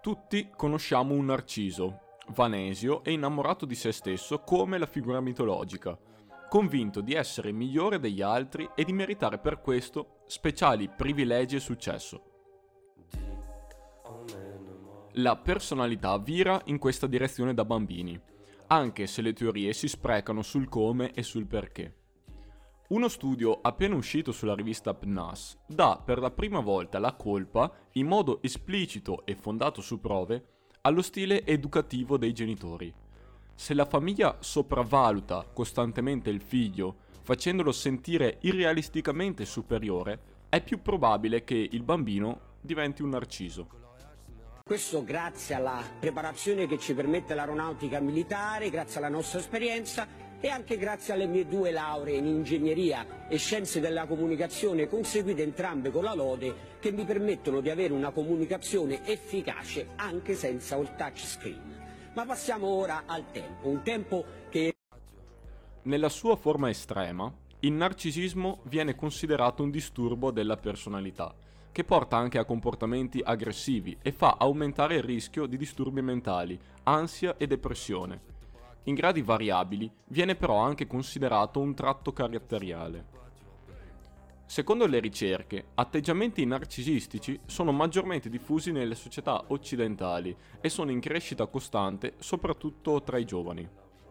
Tutti conosciamo un Narciso, vanesio e innamorato di se stesso come la figura mitologica, convinto di essere migliore degli altri e di meritare per questo speciali privilegi e successo. La personalità vira in questa direzione da bambini, anche se le teorie si sprecano sul come e sul perché. Uno studio appena uscito sulla rivista PNAS dà per la prima volta la colpa, in modo esplicito e fondato su prove, allo stile educativo dei genitori. Se la famiglia sopravvaluta costantemente il figlio, facendolo sentire irrealisticamente superiore, è più probabile che il bambino diventi un narciso. Questo grazie alla preparazione che ci permette l'aeronautica militare, grazie alla nostra esperienza e anche grazie alle mie 2 lauree in ingegneria e scienze della comunicazione, conseguite entrambe con la lode, che mi permettono di avere una comunicazione efficace anche senza il touchscreen. Ma passiamo ora al tempo, un tempo che... Nella sua forma estrema, il narcisismo viene considerato un disturbo della personalità, che porta anche a comportamenti aggressivi e fa aumentare il rischio di disturbi mentali, ansia e depressione. In gradi variabili viene però anche considerato un tratto caratteriale. Secondo le ricerche, atteggiamenti narcisistici sono maggiormente diffusi nelle società occidentali e sono in crescita costante soprattutto tra i giovani.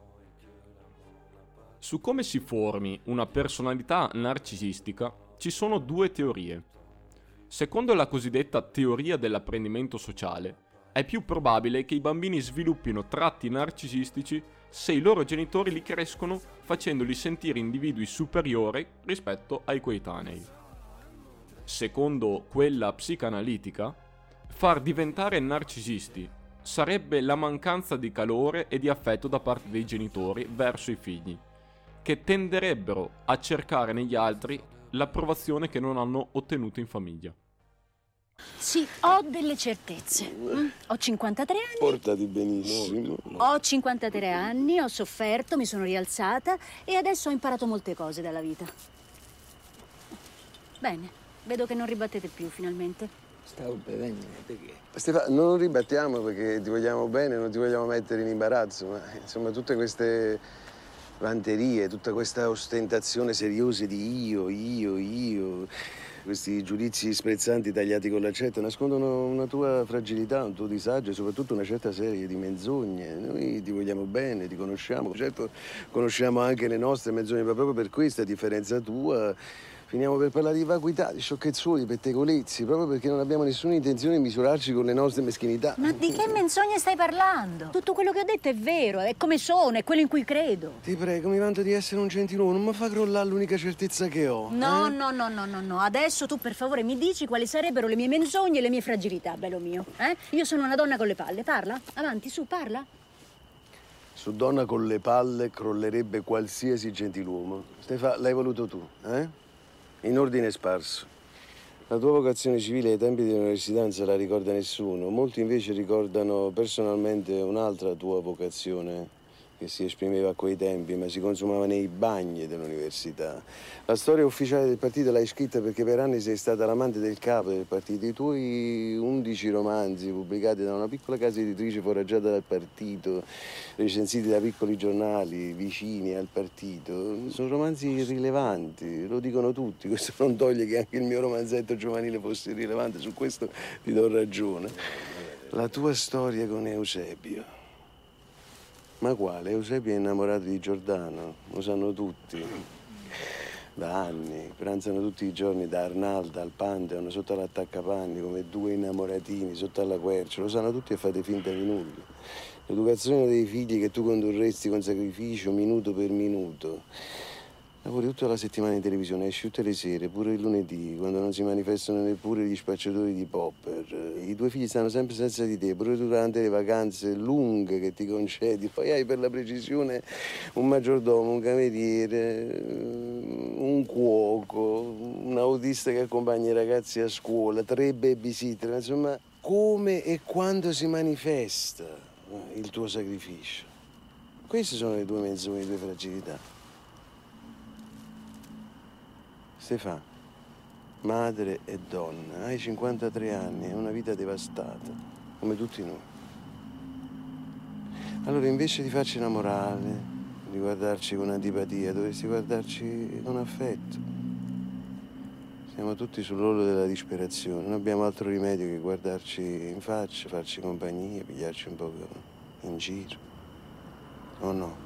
Su come si formi una personalità narcisistica ci sono 2 teorie. Secondo la cosiddetta teoria dell'apprendimento sociale, è più probabile che i bambini sviluppino tratti narcisistici se i loro genitori li crescono facendoli sentire individui superiori rispetto ai coetanei. Secondo quella psicanalitica, far diventare narcisisti sarebbe la mancanza di calore e di affetto da parte dei genitori verso i figli, che tenderebbero a cercare negli altri l'approvazione che non hanno ottenuto in famiglia. Sì, ho delle certezze. Ho 53 anni. Portati benissimo. Ho 53 anni, ho sofferto, mi sono rialzata e adesso ho imparato molte cose dalla vita. Bene, vedo che non ribattete più finalmente. Stavo bevendo, perché? Stefano, non ribattiamo perché ti vogliamo bene, non ti vogliamo mettere in imbarazzo, ma insomma tutte queste vanterie, tutta questa ostentazione seriosa di io, questi giudizi sprezzanti tagliati con l'accetta nascondono una tua fragilità, un tuo disagio e soprattutto una certa serie di menzogne. Noi ti vogliamo bene, ti conosciamo, certo conosciamo anche le nostre menzogne, ma proprio per questa differenza tua finiamo per parlare di vacuità, di sciocchezzuoli, di pettegolezzi, proprio perché non abbiamo nessuna intenzione di misurarci con le nostre meschinità. Ma di che menzogne stai parlando? Tutto quello che ho detto è vero, è come sono, è quello in cui credo. Ti prego, mi vanto di essere un gentiluomo, non mi fa crollare l'unica certezza che ho. No. Adesso tu per favore mi dici quali sarebbero le mie menzogne e le mie fragilità, bello mio. Io sono una donna con le palle, parla? Avanti, su, parla. Su donna con le palle crollerebbe qualsiasi gentiluomo. Stefa, l'hai voluto tu, In ordine sparso. La tua vocazione civile ai tempi dell'università non se la ricorda nessuno. Molti invece ricordano personalmente un'altra tua vocazione che si esprimeva a quei tempi, ma si consumava nei bagni dell'università. La storia ufficiale del partito l'hai scritta perché per anni sei stata l'amante del capo del partito. I tuoi 11 romanzi pubblicati da una piccola casa editrice foraggiata dal partito, recensiti da piccoli giornali vicini al partito, sono romanzi irrilevanti, lo dicono tutti. Questo non toglie che anche il mio romanzetto giovanile fosse irrilevante, su questo ti do ragione. La tua storia con Eusebio. Ma quale? Eusebio è innamorato di Giordano, lo sanno tutti. Da anni, pranzano tutti i giorni da Arnalda al Pantheon, sotto all'attaccapanni, come 2 innamoratini, sotto alla quercia. Lo sanno tutti e fate finta di nulla. L'educazione dei figli che tu condurresti con sacrificio, minuto per minuto. Lavori tutta la settimana in televisione, esci tutte le sere, pure il lunedì, quando non si manifestano neppure gli spacciatori di popper. I 2 figli stanno sempre senza di te, pure durante le vacanze lunghe che ti concedi. Poi hai per la precisione un maggiordomo, un cameriere, un cuoco, un autista che accompagna i ragazzi a scuola, 3 babysitter. Insomma, come e quando si manifesta il tuo sacrificio? Queste sono le 2 menzogne, le 2 fragilità. Stefano, madre e donna, hai 53 anni, è una vita devastata. come tutti noi. Allora, invece di farci una morale, di guardarci con antipatia, dovresti guardarci con affetto. Siamo tutti sull'orlo della disperazione, non abbiamo altro rimedio che guardarci in faccia, farci compagnia, pigliarci un po' in giro. O no?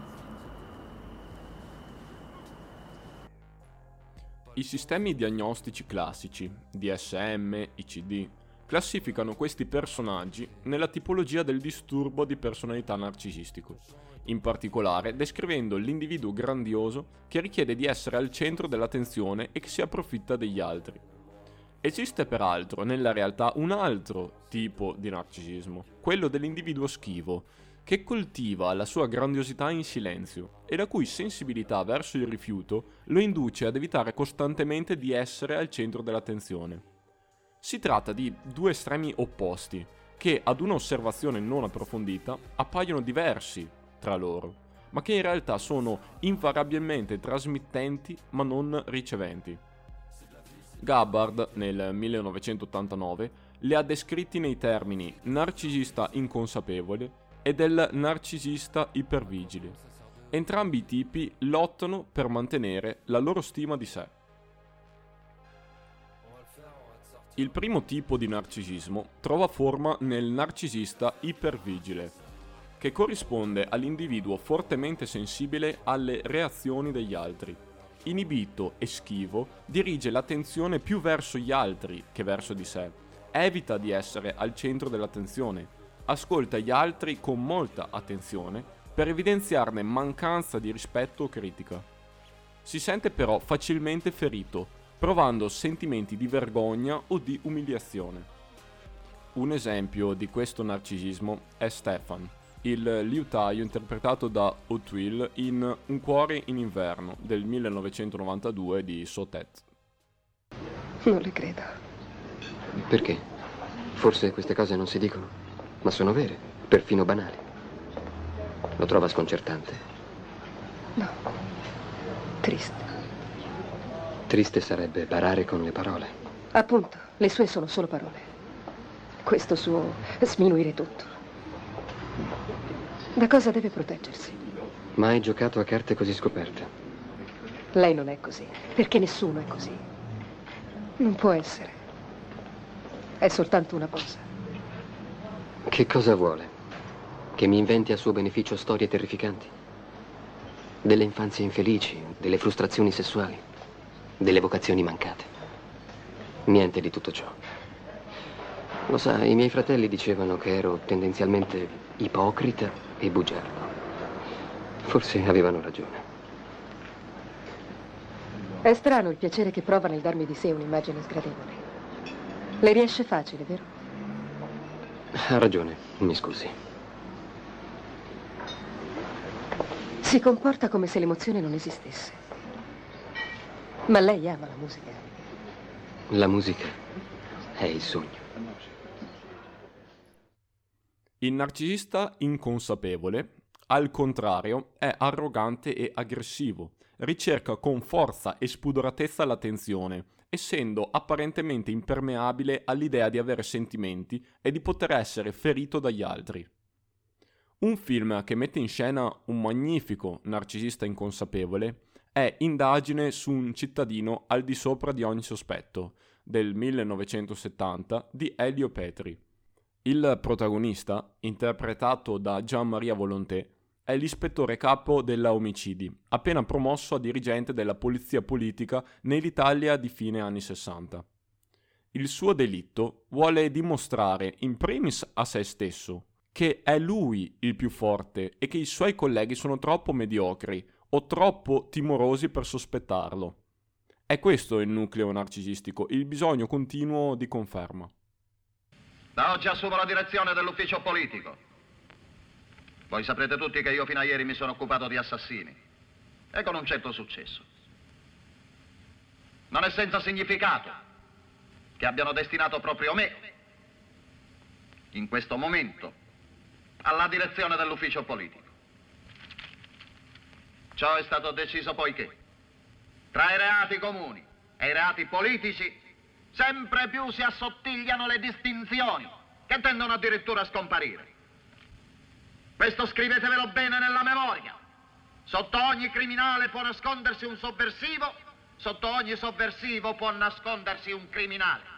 I sistemi diagnostici classici, DSM, ICD, classificano questi personaggi nella tipologia del disturbo di personalità narcisistico, in particolare descrivendo l'individuo grandioso che richiede di essere al centro dell'attenzione e che si approfitta degli altri. Esiste peraltro nella realtà un altro tipo di narcisismo, quello dell'individuo schivo, che coltiva la sua grandiosità in silenzio e la cui sensibilità verso il rifiuto lo induce ad evitare costantemente di essere al centro dell'attenzione. Si tratta di due estremi opposti che ad un'osservazione non approfondita appaiono diversi tra loro, ma che in realtà sono invariabilmente trasmittenti ma non riceventi. Gabbard, nel 1989, li ha descritti nei termini narcisista inconsapevole e del narcisista ipervigile. Entrambi i tipi lottano per mantenere la loro stima di sé. Il primo tipo di narcisismo trova forma nel narcisista ipervigile, che corrisponde all'individuo fortemente sensibile alle reazioni degli altri. Inibito e schivo, dirige l'attenzione più verso gli altri che verso di sé. Evita di essere al centro dell'attenzione. Ascolta gli altri con molta attenzione per evidenziarne mancanza di rispetto o critica. Si sente però facilmente ferito, provando sentimenti di vergogna o di umiliazione. Un esempio di questo narcisismo è Stefan, il liutaio interpretato da O'Twill in Un cuore in inverno del 1992 di Sotet. Non le credo. Perché? Forse queste cose non si dicono, ma sono vere, perfino banali. Lo trova sconcertante? No. Triste. Triste sarebbe barare con le parole. Appunto, le sue sono solo parole. Questo suo sminuire tutto. Da cosa deve proteggersi? Mai giocato a carte così scoperte? Lei non è così, perché nessuno è così. Non può essere. È soltanto una posa. Che cosa vuole? Che mi inventi a suo beneficio storie terrificanti? Delle infanzie infelici, delle frustrazioni sessuali, delle vocazioni mancate. Niente di tutto ciò. Lo sa, i miei fratelli dicevano che ero tendenzialmente ipocrita e bugiardo. Forse avevano ragione. È strano il piacere che prova nel darmi di sé un'immagine sgradevole. Le riesce facile, vero? Ha ragione, mi scusi. Si comporta come se l'emozione non esistesse. Ma lei ama la musica. La musica è il sogno. Il narcisista inconsapevole, al contrario, è arrogante e aggressivo, ricerca con forza e spudoratezza l'attenzione, essendo apparentemente impermeabile all'idea di avere sentimenti e di poter essere ferito dagli altri. Un film che mette in scena un magnifico narcisista inconsapevole è Indagine su un cittadino al di sopra di ogni sospetto, del 1970 di Elio Petri. Il protagonista, interpretato da Jean-Marie Volonté, è l'ispettore capo della omicidi, appena promosso a dirigente della polizia politica nell'Italia di fine anni 60. Il suo delitto vuole dimostrare in primis a se stesso che è lui il più forte e che i suoi colleghi sono troppo mediocri o troppo timorosi per sospettarlo. È questo il nucleo narcisistico, il bisogno continuo di conferma. Da oggi assumo la direzione dell'ufficio politico. Voi saprete tutti che io fino a ieri mi sono occupato di assassini, e con un certo successo. Non è senza significato che abbiano destinato proprio me, in questo momento, alla direzione dell'ufficio politico. Ciò è stato deciso poiché tra i reati comuni e i reati politici sempre più si assottigliano le distinzioni che tendono addirittura a scomparire. Questo scrivetevelo bene nella memoria. Sotto ogni criminale può nascondersi un sovversivo, sotto ogni sovversivo può nascondersi un criminale.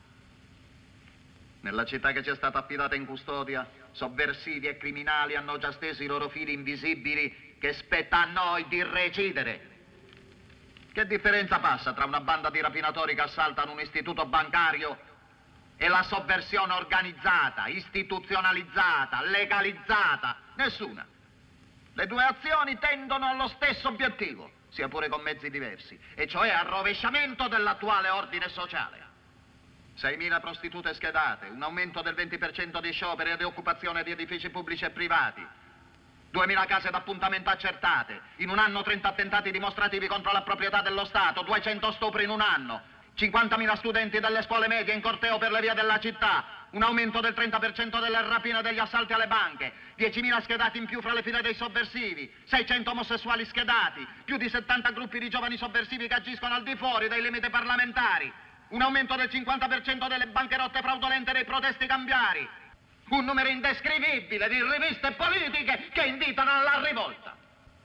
Nella città che ci è stata affidata in custodia, sovversivi e criminali hanno già steso i loro fili invisibili che spetta a noi di recidere. Che differenza passa tra una banda di rapinatori che assaltano un istituto bancario e la sovversione organizzata, istituzionalizzata, legalizzata? Nessuna. Le due azioni tendono allo stesso obiettivo, sia pure con mezzi diversi, e cioè al rovesciamento dell'attuale ordine sociale. 6.000 prostitute schedate, un aumento del 20% di scioperi e di occupazione di edifici pubblici e privati, 2.000 case d'appuntamento accertate, in un anno 30 attentati dimostrativi contro la proprietà dello Stato, 200 stupri in un anno, 50.000 studenti delle scuole medie in corteo per le vie della città, un aumento del 30% delle rapine e degli assalti alle banche, 10.000 schedati in più fra le file dei sovversivi, 600 omosessuali schedati, più di 70 gruppi di giovani sovversivi che agiscono al di fuori dei limiti parlamentari, un aumento del 50% delle bancherotte fraudolente e dei protesti cambiari, un numero indescrivibile di riviste politiche che invitano alla rivolta.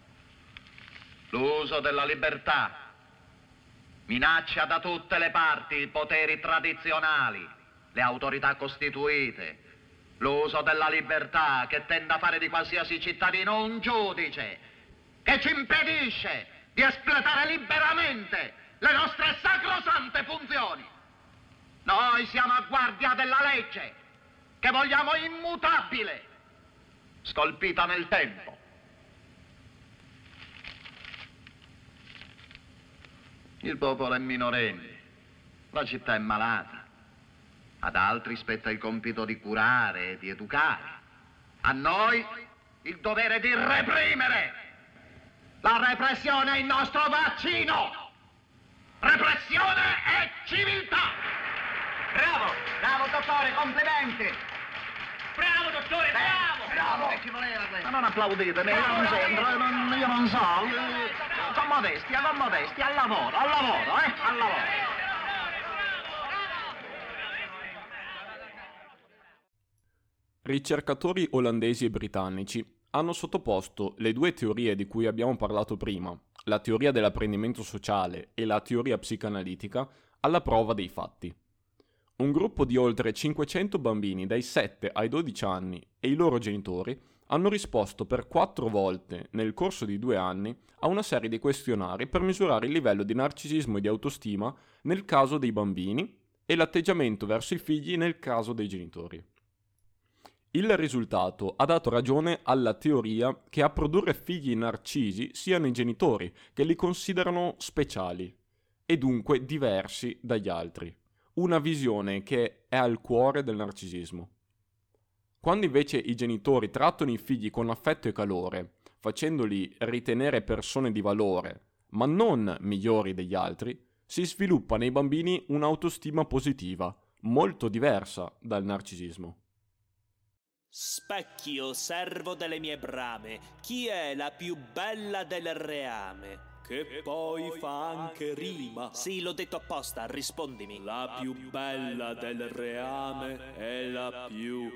L'uso della libertà minaccia da tutte le parti i poteri tradizionali, le autorità costituite. L'uso della libertà che tende a fare di qualsiasi cittadino un giudice, che ci impedisce di espletare liberamente le nostre sacrosante funzioni. Noi siamo a guardia della legge, che vogliamo immutabile, scolpita nel tempo. Il popolo è minorenne, la città è malata. Ad altri spetta il compito di curare e di educare. A noi il dovere di reprimere. La repressione è il nostro vaccino. Repressione e civiltà. Bravo, bravo dottore, complimenti. Bravo dottore, bravo! Che ci voleva questo? Ma non applauditemi, io non sento, io non so. Con modestia, al lavoro, al lavoro. Ricercatori olandesi e britannici hanno sottoposto le due teorie di cui abbiamo parlato prima, la teoria dell'apprendimento sociale e la teoria psicanalitica, alla prova dei fatti. Un gruppo di oltre 500 bambini dai 7 ai 12 anni e i loro genitori hanno risposto per 4 volte nel corso di 2 anni a una serie di questionari per misurare il livello di narcisismo e di autostima nel caso dei bambini e l'atteggiamento verso i figli nel caso dei genitori. Il risultato ha dato ragione alla teoria che a produrre figli narcisi siano i genitori, che li considerano speciali e dunque diversi dagli altri. Una visione che è al cuore del narcisismo. Quando invece i genitori trattano i figli con affetto e calore, facendoli ritenere persone di valore, ma non migliori degli altri, si sviluppa nei bambini un'autostima positiva, molto diversa dal narcisismo. Specchio, servo delle mie brame, chi è la più bella del reame? Che poi fa anche rima. Sì, l'ho detto apposta, rispondimi. La più bella del reame è la più...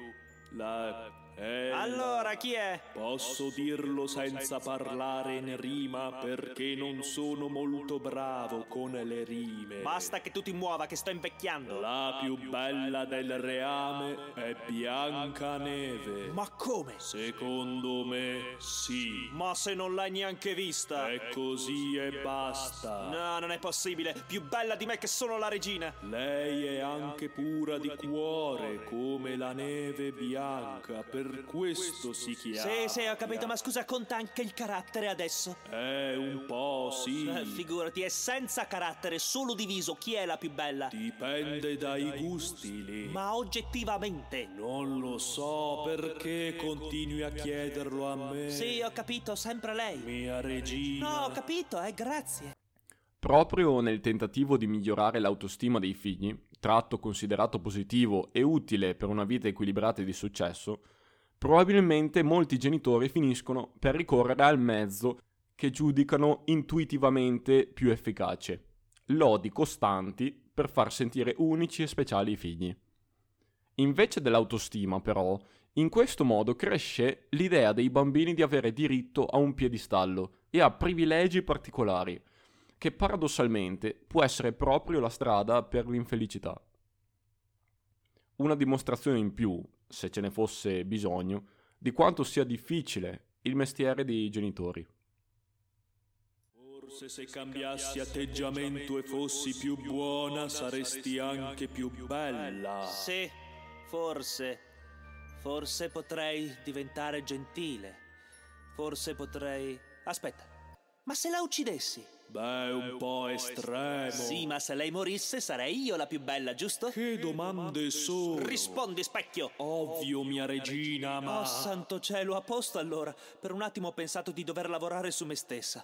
Allora, chi è? Posso dirlo senza parlare in rima perché non sono molto bravo con le rime. Basta che tu ti muova, che sto invecchiando. La più bella del reame è Biancaneve. Ma come? Secondo me, sì. Ma se non l'hai neanche vista? È così e basta. No, non è possibile. Più bella di me che sono la regina. Lei è anche pura di cuore, come la neve bianca. Per questo si chiama. Sì, ho capito, ma scusa, conta anche il carattere adesso? Un po', sì. Figurati, è senza carattere, solo diviso. Chi è la più bella? Dipende dai gusti lì. Ma oggettivamente? Non lo so, perché continui a chiederlo a me? Sì, ho capito, sempre lei. Mia regina. No, ho capito, grazie. Proprio nel tentativo di migliorare l'autostima dei figli, tratto considerato positivo e utile per una vita equilibrata e di successo, probabilmente molti genitori finiscono per ricorrere al mezzo che giudicano intuitivamente più efficace: lodi costanti per far sentire unici e speciali i figli. Invece dell'autostima, però, in questo modo cresce l'idea dei bambini di avere diritto a un piedistallo e a privilegi particolari, che paradossalmente può essere proprio la strada per l'infelicità. Una dimostrazione in più, se ce ne fosse bisogno, di quanto sia difficile il mestiere dei genitori. Forse se cambiassi atteggiamento e fossi più buona, saresti anche più bella. Sì, forse. Forse potrei diventare gentile. Forse potrei... Aspetta, ma se la uccidessi? Beh, un po' estremo. Sì, ma se lei morisse sarei io la più bella, giusto? Che domande sono? Rispondi, specchio! Ovvio, mia regina, ma... Oh, santo cielo, a posto allora. Per un attimo ho pensato di dover lavorare su me stessa.